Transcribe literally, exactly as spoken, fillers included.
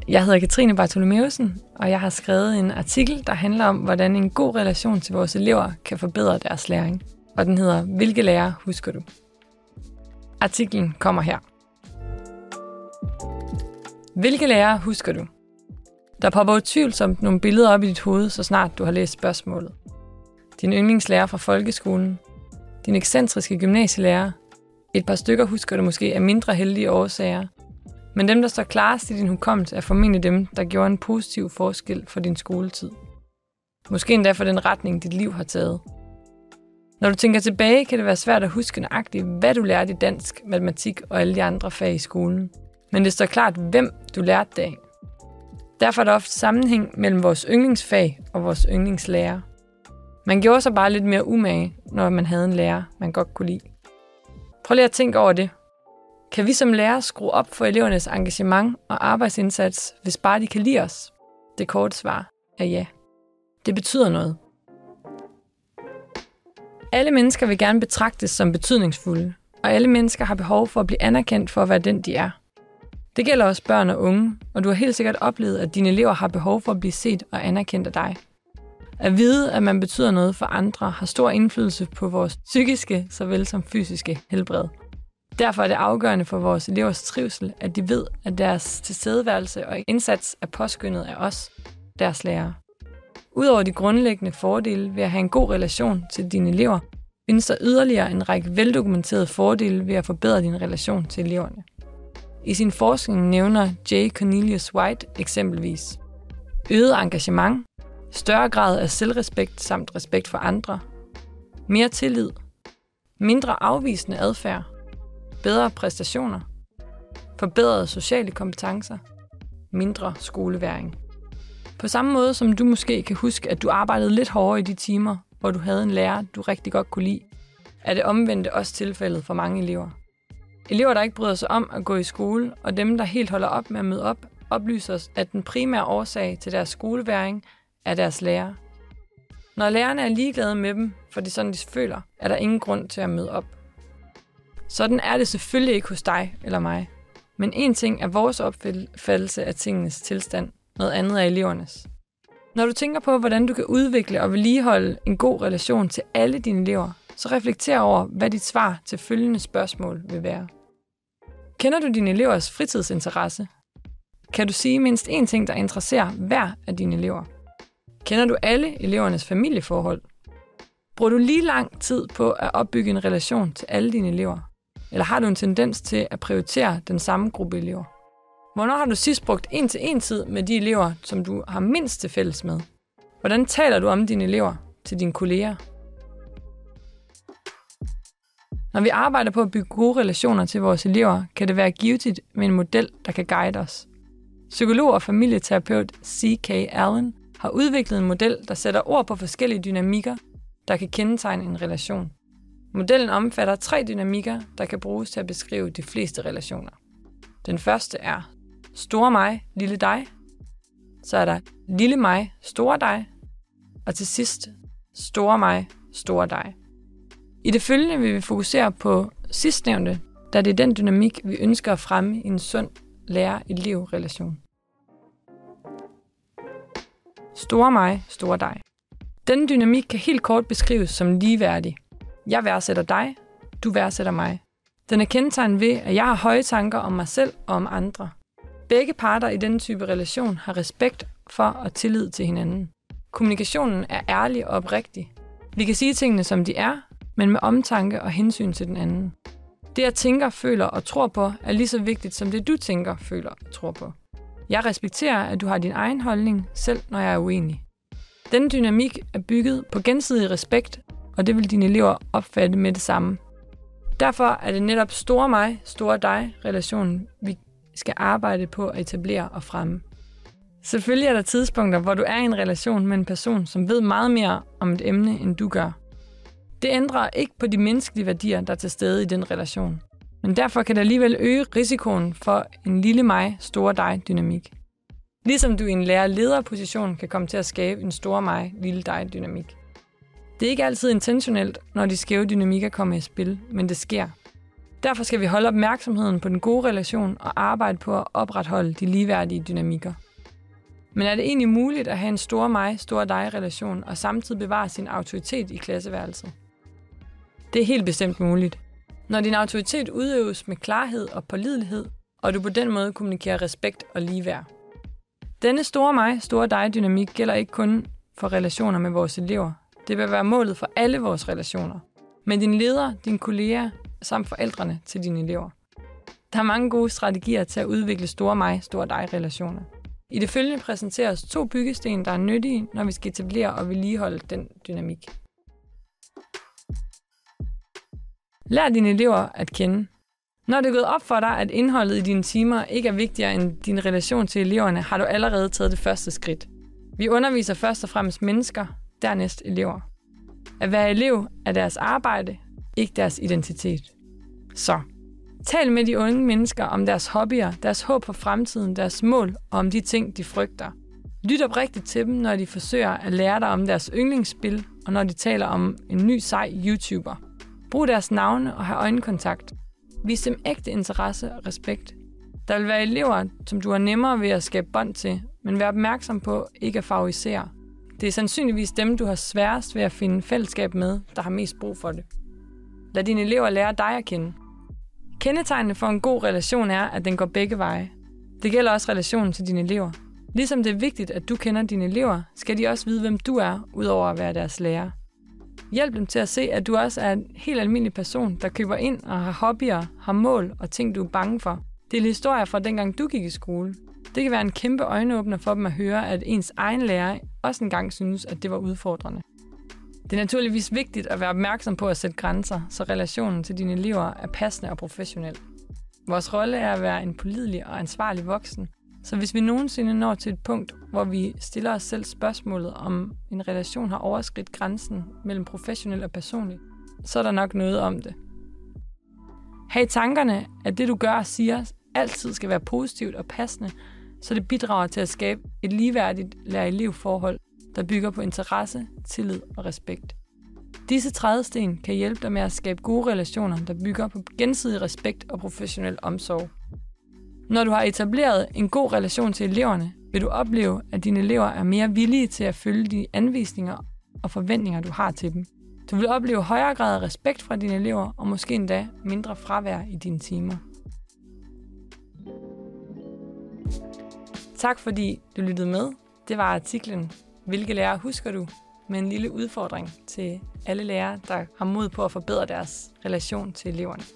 Jeg hedder Katrine Bartholomeusen, og jeg har skrevet en artikel, der handler om, hvordan en god relation til vores elever kan forbedre deres læring. Og den hedder, hvilke lærere husker du? Artiklen kommer her. Hvilke lærere husker du? Der popper utvivlsomt nogle billeder op i dit hoved, så snart du har læst spørgsmålet. Din yndlingslærer fra folkeskolen, din ekscentriske gymnasielærer, et par stykker husker du måske af mindre heldige årsager, men dem, der står klarest i din hukommelse, er formentlig dem, der gjorde en positiv forskel for din skoletid. Måske endda for den retning, dit liv har taget. Når du tænker tilbage, kan det være svært at huske nøjagtigt, hvad du lærte i dansk, matematik og alle de andre fag i skolen. Men det står klart, hvem du lærte det af. Derfor er der ofte sammenhæng mellem vores yndlingsfag og vores yndlingslærer. Man gjorde sig bare lidt mere umage, når man havde en lærer, man godt kunne lide. Prøv lige at tænke over det. Kan vi som lærer skrue op for elevernes engagement og arbejdsindsats, hvis bare de kan lide os? Det korte svar er ja. Det betyder noget. Alle mennesker vil gerne betragtes som betydningsfulde, og alle mennesker har behov for at blive anerkendt for at være den, de er. Det gælder også børn og unge, og du har helt sikkert oplevet, at dine elever har behov for at blive set og anerkendt af dig. At vide, at man betyder noget for andre, har stor indflydelse på vores psykiske såvel som fysiske helbred. Derfor er det afgørende for vores elevers trivsel, at de ved, at deres tilstedeværelse og indsats er påskyndet af os, deres lærere. Udover de grundlæggende fordele ved at have en god relation til dine elever, findes der yderligere en række veldokumenterede fordele ved at forbedre din relation til eleverne. I sin forskning nævner J. Cornelius White eksempelvis øget engagement, større grad af selvrespekt samt respekt for andre, mere tillid, mindre afvisende adfærd, bedre præstationer, forbedrede sociale kompetencer, mindre skoleværing. På samme måde som du måske kan huske, at du arbejdede lidt hårdere i de timer, hvor du havde en lærer, du rigtig godt kunne lide, er det omvendte også tilfældet for mange elever. Elever, der ikke bryder sig om at gå i skole, og dem, der helt holder op med at møde op, oplyser os, at den primære årsag til deres skoleværing er deres lærer. Når lærerne er ligeglade med dem, for det er sådan, de føler, er der ingen grund til at møde op. Sådan er det selvfølgelig ikke hos dig eller mig. Men en ting er vores opfattelse af tingenes tilstand, noget andet er elevernes. Når du tænker på, hvordan du kan udvikle og vedligeholde en god relation til alle dine elever, så reflekter over, hvad dit svar til følgende spørgsmål vil være. Kender du dine elevers fritidsinteresse? Kan du sige mindst én ting, der interesserer hver af dine elever? Kender du alle elevernes familieforhold? Bruger du lige lang tid på at opbygge en relation til alle dine elever? Eller har du en tendens til at prioritere den samme gruppe elever? Hvornår har du sidst brugt en til en tid med de elever, som du har mindst til fælles med? Hvordan taler du om dine elever til dine kolleger? Når vi arbejder på at bygge gode relationer til vores elever, kan det være givetigt med en model, der kan guide os. Psykolog og familieterapeut C K Allen har udviklet en model, der sætter ord på forskellige dynamikker, der kan kendetegne en relation. Modellen omfatter tre dynamikker, der kan bruges til at beskrive de fleste relationer. Den første er store mig, lille dig. Så er der lille mig, store dig. Og til sidst store mig, store dig. I det følgende vil vi fokusere på sidstnævnte, da det er den dynamik, vi ønsker at fremme i en sund lærer-elev-relation. Store mig, store dig. Denne dynamik kan helt kort beskrives som ligeværdig. Jeg værdsætter dig, du værdsætter mig. Den er kendetegnet ved, at jeg har høje tanker om mig selv og om andre. Begge parter i denne type relation har respekt for og tillid til hinanden. Kommunikationen er ærlig og oprigtig. Vi kan sige tingene, som de er, men med omtanke og hensyn til den anden. Det, jeg tænker, føler og tror på, er lige så vigtigt som det, du tænker, føler og tror på. Jeg respekterer, at du har din egen holdning, selv når jeg er uenig. Denne dynamik er bygget på gensidig respekt, og det vil dine elever opfatte med det samme. Derfor er det netop store mig, store dig relationen, vi skal arbejde på at etablere og fremme. Selvfølgelig er der tidspunkter, hvor du er i en relation med en person, som ved meget mere om et emne, end du gør. Det ændrer ikke på de menneskelige værdier, der er til stede i den relation. Men derfor kan det alligevel øge risikoen for en lille mig, store dig-dynamik. Ligesom du i en lærer-leder-position kan komme til at skabe en store mig, lille dig-dynamik. Det er ikke altid intentionelt, når de skæve dynamikker kommer i spil, men det sker. Derfor skal vi holde opmærksomheden på den gode relation og arbejde på at opretholde de ligeværdige dynamikker. Men er det egentlig muligt at have en store mig, store dig-relation og samtidig bevare sin autoritet i klasseværelset? Det er helt bestemt muligt. Når din autoritet udøves med klarhed og pålidelighed, og du på den måde kommunikerer respekt og ligeværd. Denne store mig, store dig-dynamik gælder ikke kun for relationer med vores elever. Det vil være målet for alle vores relationer. Med dine ledere, dine kolleger samt forældrene til dine elever. Der er mange gode strategier til at udvikle store mig, store dig-relationer. I det følgende præsenteres to byggesten, der er nyttige, når vi skal etablere og vedligeholde den dynamik. Lær dine elever at kende. Når det er gået op for dig, at indholdet i dine timer ikke er vigtigere end din relation til eleverne, har du allerede taget det første skridt. Vi underviser først og fremmest mennesker, dernæst elever. At være elev er deres arbejde, ikke deres identitet. Så, tal med de unge mennesker om deres hobbyer, deres håb for fremtiden, deres mål og om de ting, de frygter. Lyt oprigtigt til dem, når de forsøger at lære dig om deres yndlingsspil, og når de taler om en ny sej YouTuber. Brug deres navne og have øjenkontakt. Vis dem ægte interesse og respekt. Der vil være elever, som du har nemmere ved at skabe bånd til, men vær opmærksom på ikke at favorisere. Det er sandsynligvis dem, du har sværest ved at finde fællesskab med, der har mest brug for det. Lad dine elever lære dig at kende. Kendetegnene for en god relation er, at den går begge veje. Det gælder også relationen til dine elever. Ligesom det er vigtigt, at du kender dine elever, skal de også vide, hvem du er, udover at være deres lærer. Hjælp dem til at se, at du også er en helt almindelig person, der køber ind og har hobbyer, har mål og ting, du er bange for. Det er historier fra dengang du gik i skole. Det kan være en kæmpe øjenåbner for dem at høre, at ens egen lærer også engang synes, at det var udfordrende. Det er naturligvis vigtigt at være opmærksom på at sætte grænser, så relationen til dine elever er passende og professionel. Vores rolle er at være en pålidelig og ansvarlig voksen, så hvis vi nogensinde når til et punkt, hvor vi stiller os selv spørgsmålet, om en relation har overskridt grænsen mellem professionel og personlig, så er der nok noget om det. Ha' i tankerne, at det du gør og siger altid skal være positivt og passende, så det bidrager til at skabe et ligeværdigt lærer-elev-forhold, der bygger på interesse, tillid og respekt. Disse trædesten kan hjælpe dig med at skabe gode relationer, der bygger på gensidig respekt og professionel omsorg. Når du har etableret en god relation til eleverne, vil du opleve, at dine elever er mere villige til at følge de anvisninger og forventninger, du har til dem. Du vil opleve højere grad af respekt fra dine elever, og måske endda mindre fravær i dine timer. Tak fordi du lyttede med. Det var artiklen "Hvilke lærere husker du?" med en lille udfordring til alle lærere, der har mod på at forbedre deres relation til eleverne.